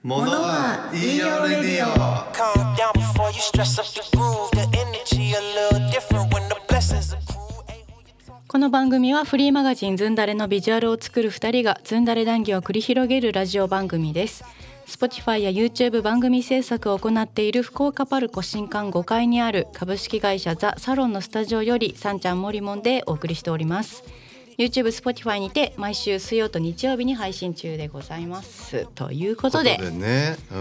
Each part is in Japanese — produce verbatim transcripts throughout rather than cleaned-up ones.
ものは言いようレディオ。 この番組はフリーマガジンズンダレのビジュアルを作るふたりがズンダレ談義を繰り広げるラジオ番組です。 Spotify や YouTube 番組制作を行っている福岡パルコ新館ごかいにある株式会社ザ・サロンのスタジオよりさんちゃんもりもんでお送りしております。 YouTube、Spotify にて毎週水曜と日曜日に配信中でございます。ということで、 ことでね、うん、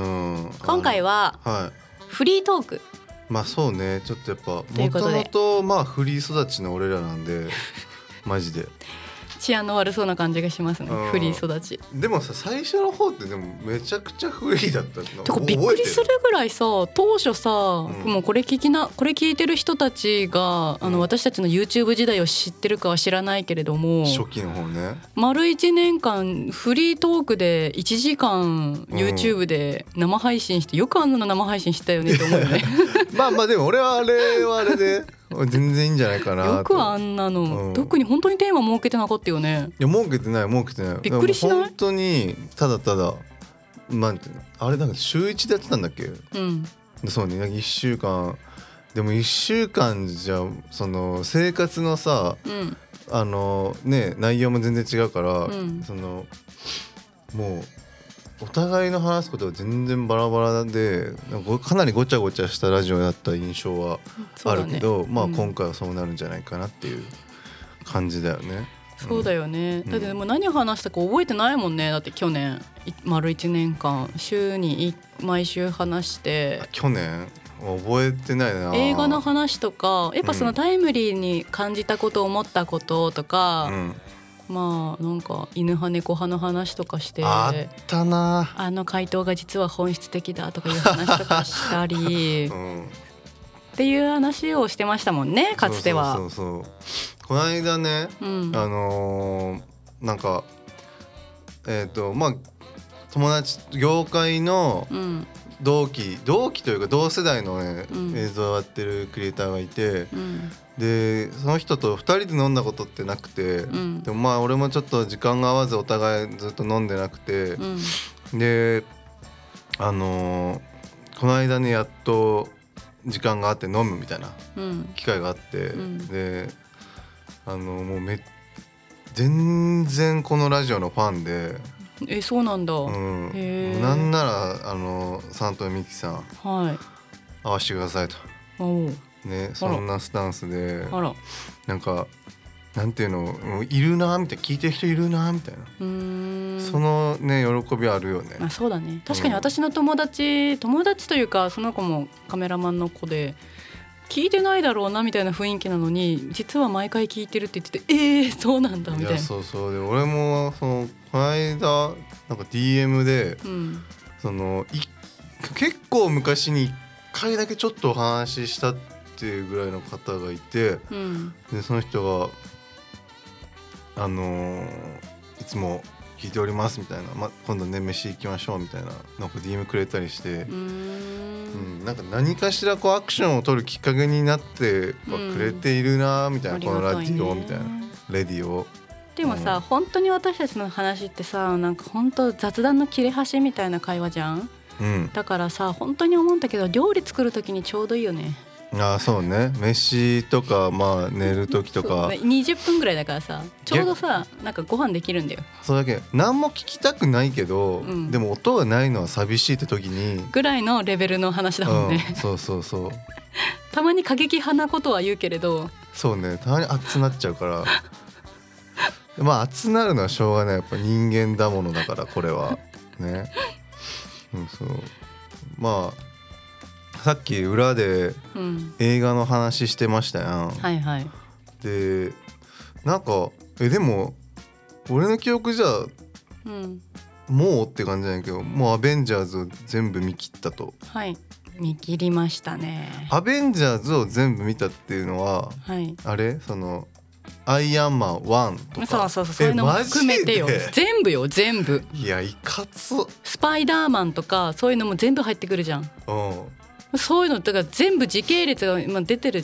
今回はフリートーク、 まあそうね、ちょっとやっぱということでもともとまあフリー育ちの俺らなんでマジで治安の悪そうな感じがしますね、 うんフリー育ち。 でもさ、最初の方ってでもめちゃくちゃフリーだったのてかびっくりするぐらいさ、当初さ、 んもうこれ聞きなこれ聞いてる人たちがあの、 うん、 私たちの YouTube 時代を知ってるかは知らないけれども、 初期の方ね、 丸いちねんかんフリートークでいちじかん YouTube で生配信して、よくあんなの生配信したよねって思うよねまあまあでも俺はあれはあれで全然いいんじゃないかなと。 よくあんなの、 うん、 特に本当にテーマ設けてなかったよね。 いや設けてない設けてない。 びっくりしない？ 本当にただただ、まあ、あれなんか週一でやってたんだっけ。 うんそうね、いっしゅうかんでもいっしゅうかんじゃその生活のさ、 うんあのね内容も全然違うから、 うん、 そのもうお互いの話すことが全然バラバラで、かなりごちゃごちゃしたラジオだった印象はあるけど、ね、まあ今回はそうなるんじゃないかなっていう感じだよね。 そうだよね、 うん、 だってもう何を話したか覚えてないもんね。だって去年丸いちねんかん週に毎週話して、 去年覚えてないな。 映画の話とかやっぱそのタイムリーに感じたこと思ったこととか、うん、まあなんか犬派猫派の話とかして、 あったな、 あの回答が実は本質的だとかいう話とかしたり、うん、っていう話をしてましたもんね、かつては。 そうそうそうそう。この間ね、うん、あのー、なんかえっとまあ友達業界の同期、うん、同期というか同世代のね、うん、映像をやってるクリエイターがいて、うん、でその人とふたりで飲んだことってなくて、うん、でもまあ俺もちょっと時間が合わずお互いずっと飲んでなくて、うん、であのー、この間ねやっと時間があって飲むみたいな機会があって、うん、であのもうめ全然このラジオのファンで、 えそうなんだ、 うん、へなんならあのサントミキさん、はい、会わせてくださいと、ね、そんなスタンスで、あらなんかなんていうの、いるなみたいな、聞いてる人いるなみたいな、うーんそのね喜びあるよね。 あそうだね、確かに私の友達、うん、友達というかその子もカメラマンの子で、聞いてないだろうなみたいな雰囲気なのに実は毎回聞いてるって言ってて、えーそうなんだみたいな。いやそうそう、で俺もそのこの間なんか ディーエム で、うん、そのい結構昔にいっかいだけちょっとお話ししたっていうぐらいの方がいて、うん、でその人があのー、いつも聞いておりますみたいな、ま、今度ね飯行きましょうみたいななんか ディーエム くれたりして、うーん、うん、なんか何かしらこうアクションを取るきっかけになってくれているなみたいな、うん、このラジオみたいなレディオ。 でもさ、うん、本当に私たちの話ってさ、なんか本当雑談の切れ端みたいな会話じゃん、うん、だからさ本当に思うんだけど料理作る時にちょうどいいよね。 ああそうね、飯とかまあ寝る時とかにじゅっぷんぐらいだからさちょうどさなんかご飯できるんだよ。 それだけ何も聞きたくないけど、うん、でも音がないのは寂しいって時にぐらいのレベルの話だもんね、 うん、そうそうそうたまに過激派なことは言うけれど、 そうね、たまに熱くなっちゃうからまあ熱なるのはしょうがない、やっぱ人間だものだからこれはね、うん、そうまあさっき裏で映画の話してましたやん、うん、はいはい。でなんかえでも俺の記憶じゃ、うん、もうって感じじゃないけど、もうアベンジャーズを全部見切ったと。 はい見切りましたね。 アベンジャーズを全部見たっていうのは、はい、あれそのアイアンマンワンとか、 そうそうそう、そういうのも含めてよ、全部よ全部。 いやいかつ。 スパイダーマンとかそういうのも全部入ってくるじゃん。うん、そういうのだから全部時系列が今出てるじゃん。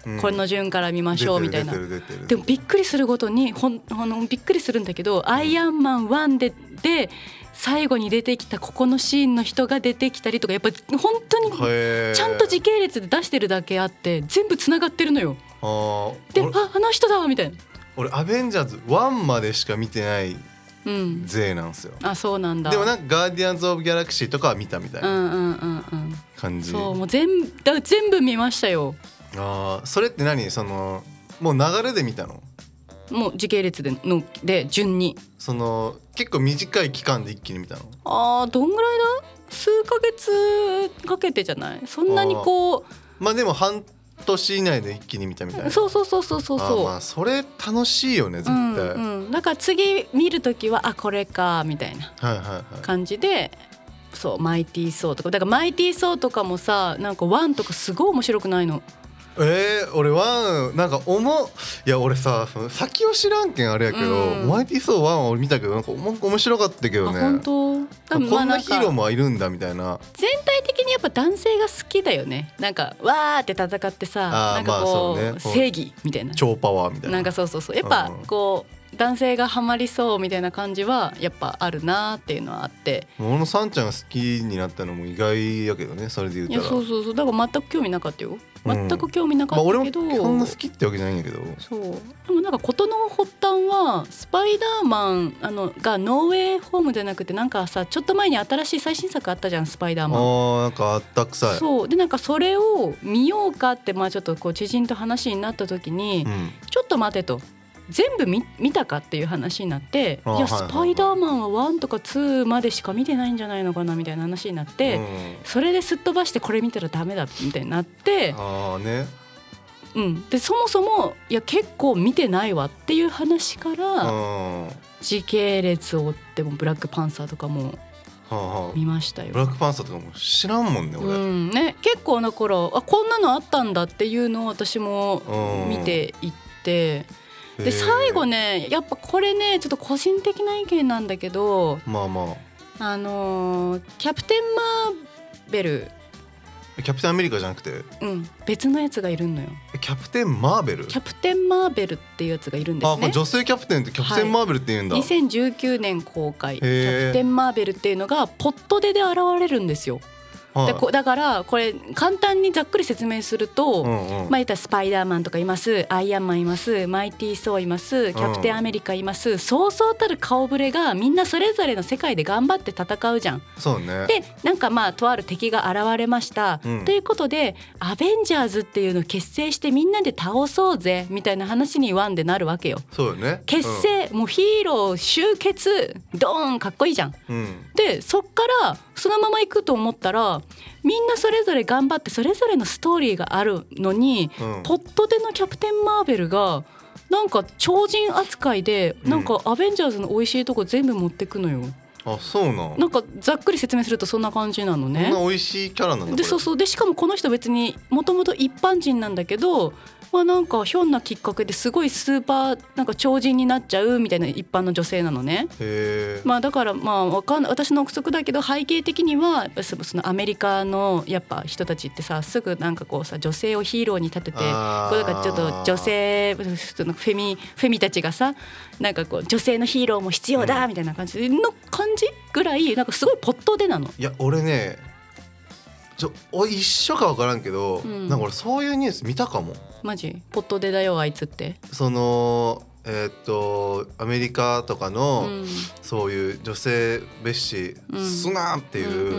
うん、 この順から見ましょうみたいな。 出てる出てる出てる。 でもびっくりするごとにほんあのびっくりするんだけど、うん、アイアンマンワンでで最後に出てきたここのシーンの人が出てきたりとか、やっぱ本当にちゃんと時系列で出してるだけあって全部つながってるのよ。あで あ, あの人だみたいな。 俺アベンジャーズワンまでしか見てない勢なんですよ、 うん、あそうなんだ。 でもなんかガーディアンズ・オブ・ギャラクシーとかは見たみたいな感じ、うんうんうんうん、 そうもう 全, だ全部見ましたよ。 あそれって何そのもう流れで見たの？ もう時系列でので順にその結構短い期間で一気に見たの？ あーどんぐらいだ数ヶ月かけてじゃない？そんなにこうまあでも半年以内で一気に見たみたいな。 そうそうそうそうそうそう。 あまあそれ楽しいよね絶対、うんうん、だから次見るときはあこれかみたいな感じで、はいはいはい、そうマイティーソーとかだからマイティーソーとかもさなんかワンとかすごい面白くないの？ えー、俺ワンなんかおもいや俺さその先を知らんけんあれやけど、うん、マイティーソーワンは俺見たけどなんかおも面白かったけどね。 本当？ こんなヒーローもいるんだみたいな。 全体的にやっぱ男性が好きだよね。なんかわーって戦ってさなんかこう、まあそうね、正義みたいな超パワーみたいな。 なんかそうそうそうやっぱこう、うん、男性がハマりそうみたいな感じはやっぱあるなっていうのはあって。 俺のサンちゃんが好きになったのも意外やけどねそれで言うたら。 いやそうそうそうだから全く興味なかったよ。全く興味なかったけど、 うんまあ、俺もそんな好きってわけじゃないんやけど。 そうでもなんか事の発端はスパイダーマンあのがノーウェイホームじゃなくてなんかさちょっと前に新しい最新作あったじゃんスパイダーマン。 あなんかあったくさい。 そうでなんかそれを見ようかってまあちょっとこう知人と話になった時に、うん、ちょっと待てと全部 見, 見たかっていう話になっていやスパイダーマンはワンとかツーまでしか見てないんじゃないのかなみたいな話になって、うん、それですっ飛ばしてこれ見たらダメだみたいになってあ、ねうん、でそもそもいや結構見てないわっていう話から時系列を追ってもブラックパンサーとかも見ましたよ。 ブラックパンサーとかも知らんもんね俺、 うんね、結構だからあこんなのあったんだっていうのを私も見ていってで最後ねやっぱこれねちょっと個人的な意見なんだけどまあまああのー、キャプテンマーベルキャプテンアメリカじゃなくて、 うん、別のやつがいるのよ。 キャプテンマーベルキャプテンマーベルっていうやつがいるんですね。 あこれ女性キャプテンってキャプテンマーベルって言うんだ、 はい、にせんじゅうきゅうねん公開キャプテンマーベルっていうのがポットでで現れるんですよ。はい、だからこれ簡単にざっくり説明すると、うんうん、まあ言ったらスパイダーマンとかいますアイアンマンいますマイティーソーいますキャプテンアメリカいます、うん、そうそうたる顔ぶれがみんなそれぞれの世界で頑張って戦うじゃん。 そうね。 でなんかまあとある敵が現れました、うん、ということでアベンジャーズっていうのを結成してみんなで倒そうぜみたいな話にワンでなるわけよ。 そうよね。 結成、うん、もうヒーロー集結ドーンかっこいいじゃん、うん、でそっからそのまま行くと思ったらみんなそれぞれ頑張ってそれぞれのストーリーがあるのに、うん、ポットでのキャプテンマーベルがなんか超人扱いで、うん、なんかアベンジャーズの美味しいとこ全部持ってくのよ。 あそうななんかざっくり説明するとそんな感じなのね。 そんな美味しいキャラなんだ。 でそうそうでしかもこの人別にもともと一般人なんだけどまあ、なんかひょんなきっかけですごいスーパーなんか超人になっちゃうみたいな一般の女性なのね。 へまあだからまあわかんない私の憶測だけど背景的にはやっぱそのアメリカのやっぱ人たちってさすぐなんかこうさ女性をヒーローに立ててこうなんかちょっと女性そのフェミフェミたちがさなんかこう女性のヒーローも必要だみたいな感じの感じぐらいなんかすごいポットでなの。 いや俺ねちょお一緒か分からんけど、うん、なんか俺そういうニュース見たかも。 マジポットでだよあいつってそのえー、っとアメリカとかの、うん、そういう女性蔑視すなっていう、うんうんうん、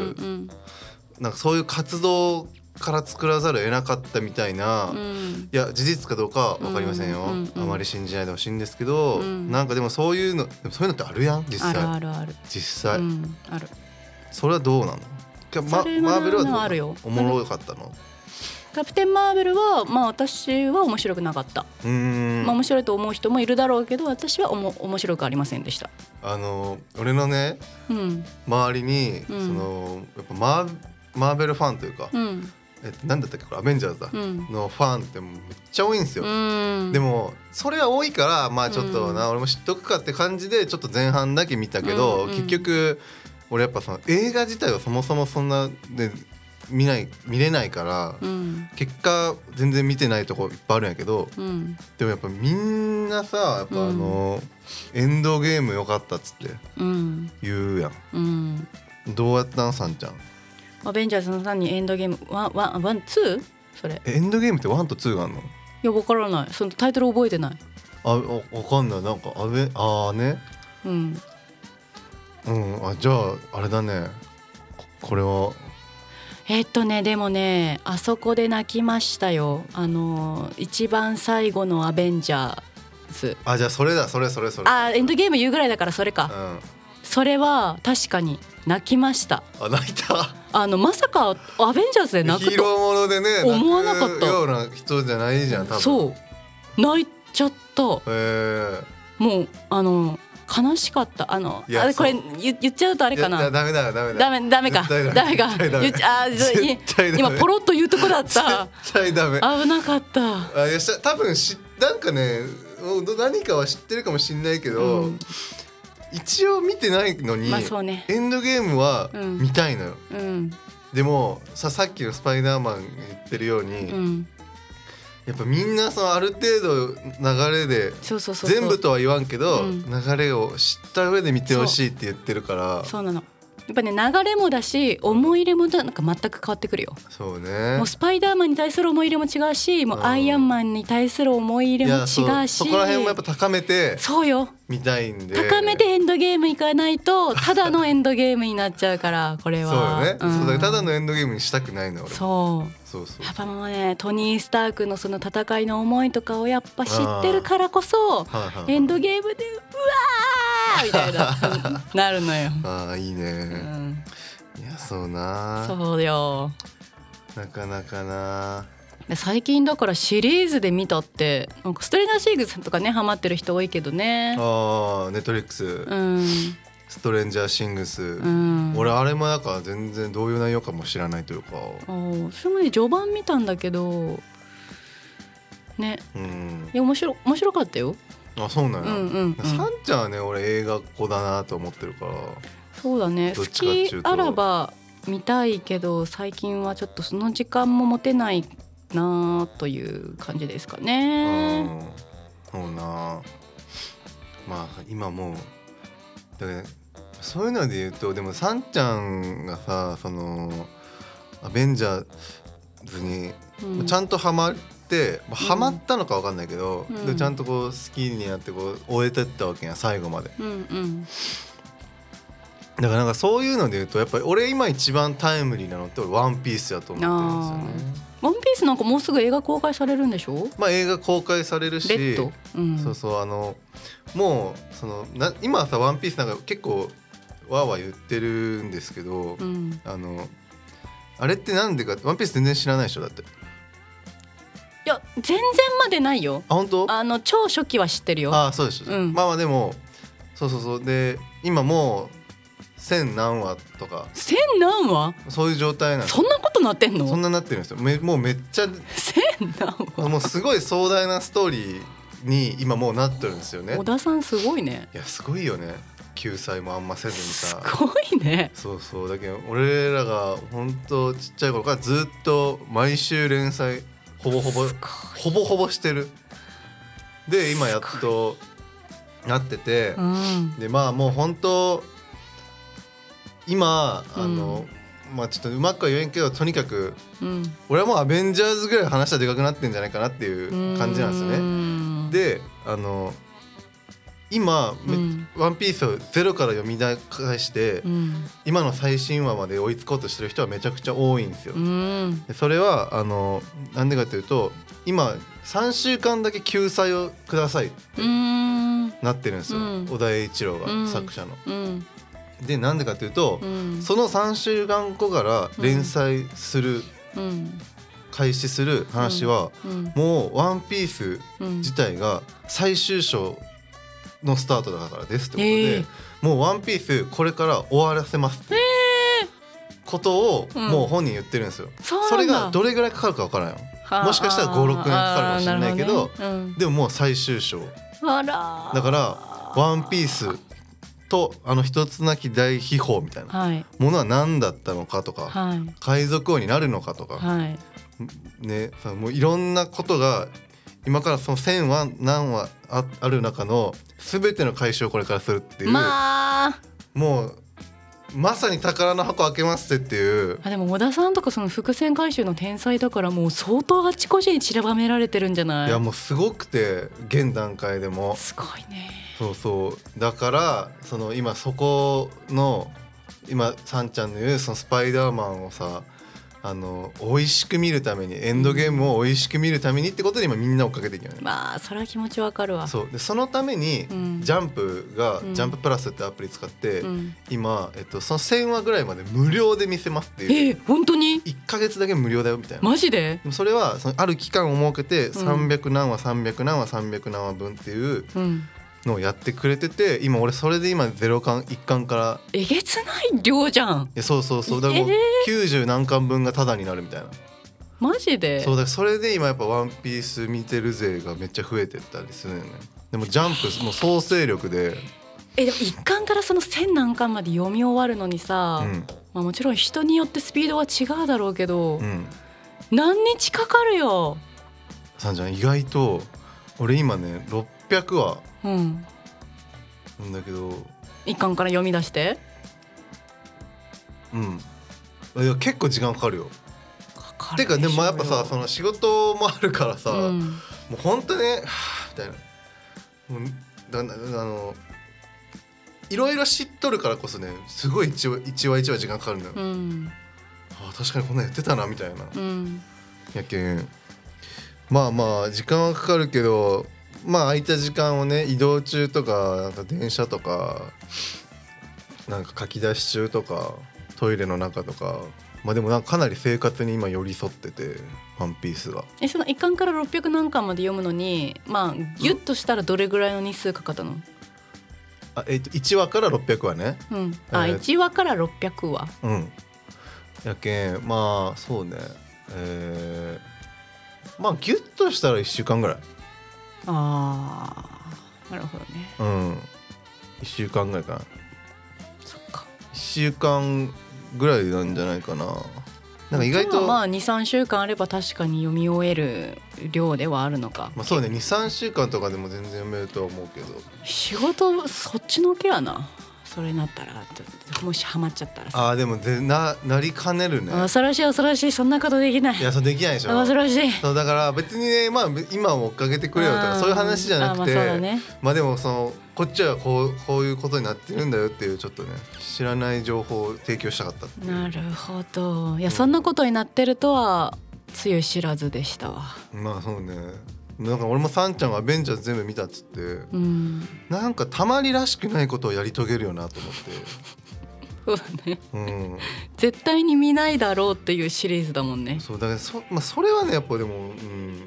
なんかそういう活動から作らざるを得なかったみたいな、うん、いや事実かどうかは分かりませんよ、うんうんうん、あまり信じないでほしいんですけど、うん、なんかでもそういうのでもそういうのってあるやん実際。 あるあるある実際、 うん、ある。 それはどうなの？マ, マーベルはどうなの？おもろかったの？ キャプテンマーベルは、まあ、私は面白くなかった。うーん、まあ、面白いと思う人もいるだろうけど私はおも面白くありませんでした。あの俺のね、うん、周りに、うん、そのやっぱマ ー, マーベルファンというか、うんえっと、なんだったっけこれアベンジャーズだ、うん、のファンってめっちゃ多いんですよ。でもそれは多いからまあちょっとな、うん、俺も知っとくかって感じでちょっと前半だけ見たけど、うんうん、結局俺やっぱその映画自体はそもそもそんなで見ない見れないから、うん、結果全然見てないとこいっぱいあるんやけど、うん、でもやっぱみんなさやっぱあの、うん、エンドゲーム良かったっつって言うやん、うん、どうやったんさんちゃん。 アベンジャーズのさんにエンドゲームワンワンワンツーそれエンドゲームってワンとツーがあるの？いや分からない、そのタイトル覚えてない。 あ、分かんない、なんかあべあーねうんうんあじゃああれだね、これはえっとねでもねあそこで泣きましたよ、あの一番最後のアベンジャーズ。 あじゃあそれだそれそれそれあエンドゲーム言うぐらいだからそれか、うん、それは確かに泣きました。 あ泣いた。 あのまさかアベンジャーズで泣くとヒーローものでね思わなかったような人じゃないじゃん多分。 そう泣いちゃった。へーもうあの悲しかった。あのあれこれ 言, 言っちゃうとあれかな。 いやダメだダメだダメダメかダメか言っちゃあ今ポロッと言うとこだった。 絶対ダメ。 危なかった。 あいや多分しなんかね何かは知ってるかもしれないけど、うん、一応見てないのに、まあそうね、エンドゲームは見たいのよ、うん、でも さ, さっきのスパイダーマン言ってるように、うん、やっぱみんなそのある程度流れで全部とは言わんけど、うん、流れを知った上で見てほしいって言ってるから。 そうなのやっぱね流れもだし思い入れもなんか全く変わってくるよ。 そうね。 もうスパイダーマンに対する思い入れも違うし、もうアイアンマンに対する思い入れも違うし、 そ, そこら辺もやっぱ高めてそうよ見たいんで、 高めてエンドゲームいかないとただのエンドゲームになっちゃうからこれはそうよね、うん、そうだただのエンドゲームにしたくないの俺。 そうそうそうやっぱもうねトニー・スタークのその戦いの思いとかをやっぱ知ってるからこそエンドゲームでうわーみたいななるのよ。 ああいいね、うんいやそうなそうよなかなかな。 最近だからシリーズで見たってなんかストレンジャーシングスとかねハマってる人多いけどね。 ああネットフリックス、うん、ストレンジャーシングス、うん、俺あれもなんか全然どういう内容かも知らないというか。 あそれもね序盤見たんだけどね、うん、いや面白面白かったよ。 あそうなんや、うんうんうん、サンちゃんはね俺映画っ子だなと思ってるから。 そうだね好きあらば見たいけど最近はちょっとその時間も持てないなという感じですかね。うんそうなまあ今もうだからそういうので言うとでもサンちゃんがさそのアベンジャーズにちゃんとハマって、うん、ハマったのか分かんないけど、うん、でちゃんとこう好きになってこう終えてったわけや最後まで、うんうんだからなんかそういうので言うとやっぱり俺今一番タイムリーなのって俺ワンピースだと思ってるんですよね。 ワンピースなんかもうすぐ映画公開されるんでしょ。 まあ映画公開されるしレッド、うん、 そうそうあのもうそのな今はさワンピースなんか結構わーわー言ってるんですけど、うん、あのあれってなんでかワンピース全然知らないでしょだって。いや全然までないよ。 あ本当？ あの超初期は知ってるよ。 あそうです、うん、まあまあでもそうそうそうで今もう千何話とか千何話そういう状態なんです。 そんなことなってんの。 そんななってるんですよ。めもうめっちゃ千何話もうすごい壮大なストーリーに今もうなってるんですよね。 小田さんすごいね。 いやすごいよね。救済もあんませずにさすごいね。 そうそうだけど俺らが本当ちっちゃい頃からずっと毎週連載ほぼほぼほぼほぼしてる。で今やっとなってて、うん、でまあもう本当今あの、うん、まあちょっとうまくは言えんけどとにかく、うん、俺はもうアベンジャーズぐらい話はでかくなってんじゃないかなっていう感じなんですよね。であの今、うん、ワンピースをゼロから読み返して、うん、今の最新話まで追いつこうとしてる人はめちゃくちゃ多いんですよ。でそれはあのなんでかというと今さんしゅうかんだけ救済をくださいってなってるんですよ、うん、小田栄一郎が、うん、作者の、うんでなんでかというと、うん、そのさんしゅうかんごから連載する、うん、開始する話は、うん、もうワンピース自体が最終章のスタートだからですってことで、えー、もうワンピースこれから終わらせますってことをもう本人言ってるんですよ、うん、それがどれぐらいかかるか分からんよ。もしかしたらご、ろくねんかかるかもしれないけど、ねうん、でももう最終章あらだからワンピースとあの一つなき大秘宝みたいなものは何だったのかとか、はい、海賊王になるのかとか、はいね、もういろんなことが今からその千は何は あ, ある中の全ての回収をこれからするっていう、まあ、もうまさに宝の箱開けますってっていう。 あでも小田さんとかその伏線回収の天才だからもう相当あちこちに散らばめられてるんじゃない？ いやもうすごくて現段階でもすごいね。 そうそうだからその今そこの今さんちゃんの言うそのスパイダーマンをさあの美味しく見るためにエンドゲームを美味しく見るためにってことで今みんな追っかけていけない、 まあそれは気持ちわかるわ。 そうでそのために、うん、ジャンプが、うん、ジャンププラスってアプリ使って、うん、今、えっと、そのせんわぐらいまで無料で見せますっていう。 えー、本当にいっかげつだけ無料だよみたいな。 マジで？ それはそのある期間を設けてさんびゃく何話さんびゃく何話さんびゃく何話分っていうのをやってくれてて、今俺それで今ゼロ巻いっかんからえげつない量じゃん。 いやそうそうそうだからもうきゅうじゅう何巻分がタダになるみたいな。 マジで？ そうだからそれで今やっぱワンピース見てる勢がめっちゃ増えてったりするよね。でもジャンプもう総勢力でえでもいっかんからそのせん何巻まで読み終わるのにさ、うんまあ、もちろん人によってスピードは違うだろうけど、うん、何日かかるよ。 さんちゃん意外と俺今ねろっぴゃくわうんなんだけどいっかんから読み出してうんいや結構時間かかるよ。かかるでしょうよ。てかでもやっぱさその仕事もあるからさ、うん、もうほんとねはぁみたいなもうだあのいろいろ知っとるからこそねすごい一話一話一話時間かかるんだよ、うん、あ確かにこんなんやってたなみたいな、うん、やけんまあまあ時間はかかるけどまあ空いた時間をね移動中とかなんか電車とかなんか書き出し中とかトイレの中とかまあでもなんかかなり生活に今寄り添っててワンピースがえそのいっかんからろっぴゃく何巻まで読むのにまあギュッとしたらどれぐらいの日数かかったの？ あえっといちわからろっぴゃくわね、 うん、あ、えー、いちわからろっぴゃくわうんやけんまあそうねえー、まあギュッとしたらいっしゅうかんぐらい。 あーなるほどね。 うんいっしゅうかんぐらいかな。 そっかいっしゅうかんぐらいなんじゃないかな。なんか意外とまあ にさんしゅうかんあれば確かに読み終える量ではあるのか。 まあそうね にさんしゅうかんとかでも全然読めるとは思うけど仕事そっちのけやなそれなったらもしハマっちゃったらさあでもで な, なりかねるね。 恐ろしい恐ろしいそんなことできない。 いやそうできないでしょ。 恐ろしい。 そうだから別にね、まあ、今も追っかけてくれよとかそういう話じゃなくて あ、まあそうだね、まあでもそのこっちはこう、こういうことになってるんだよっていうちょっとね知らない情報を提供したかったっていう。 なるほど。いや、うん、そんなことになってるとはつゆ知らずでしたわ。 まあそうねなんか俺もさんちゃんがアベンジャーズ全部見たっつって、うん、なんかたまりらしくないことをやり遂げるよなと思ってそうだね、うん、絶対に見ないだろうっていうシリーズだもんね。 そうだから そ,、まあ、それはねやっぱでも、うん、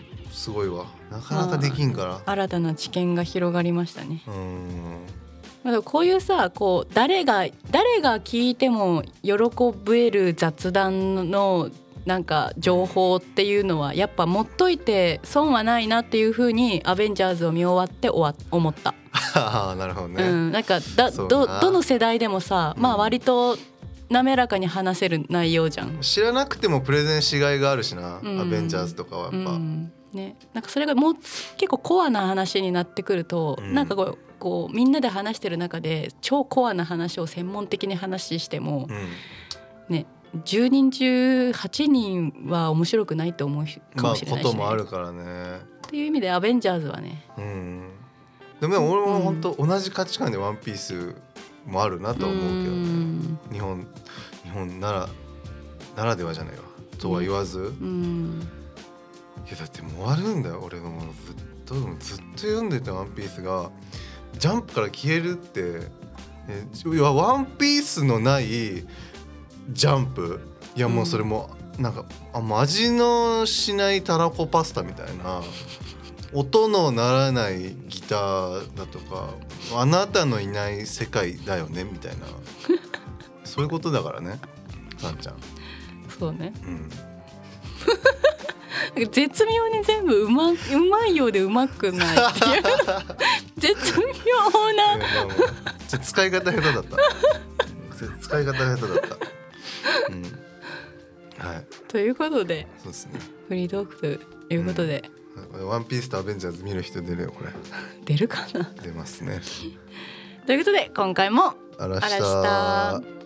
すごいわなかなかできんから、 新たな知見が広がりましたね。うんまあ、でもこういうさこう誰が誰が聞いても喜べる雑談のなんか情報っていうのはやっぱ持っといて損はないなっていう風にアベンジャーズを見終わって終わ思ったなるほどね、 うん、なんかだ ど, どの世代でもさ、うん、まあ割と滑らかに話せる内容じゃん。 知らなくてもプレゼンしがいがあるしな、うん、アベンジャーズとかはやっぱ、 うんね、なんかそれがもう結構コアな話になってくると、うん、なんかこうこうみんなで話してる中で超コアな話を専門的に話しても、うん、ねじゅうにん中はちにんは面白くないと思うかもしれないし、ね、 まあこともあるからねっていう意味でアベンジャーズはね、うん、 でも俺も本当同じ価値観でワンピースもあるなと思うけどね、うん、日本日本ならならではじゃないわとは言わず、うん、いやだってもう終わるんだよ俺のものずっとずっと読んでたワンピースがジャンプから消えるってえいやワンピースのないジャンプいやもうそれもなんか、うん、あもう味のしないたらこパスタみたいな音の鳴らないギターだとかあなたのいない世界だよねみたいなそういうことだからねさんちゃん。 そうね、うん、絶妙に全部うま、うまいようでうまくないっていう絶妙なちゃ使い方下手だった使い方下手だった、うんはい、 ということでそうですねフリートークということで、 うん、ワンピースとアベンジャーズ見る人出るよこれ出るかな出ますねということで今回もあらした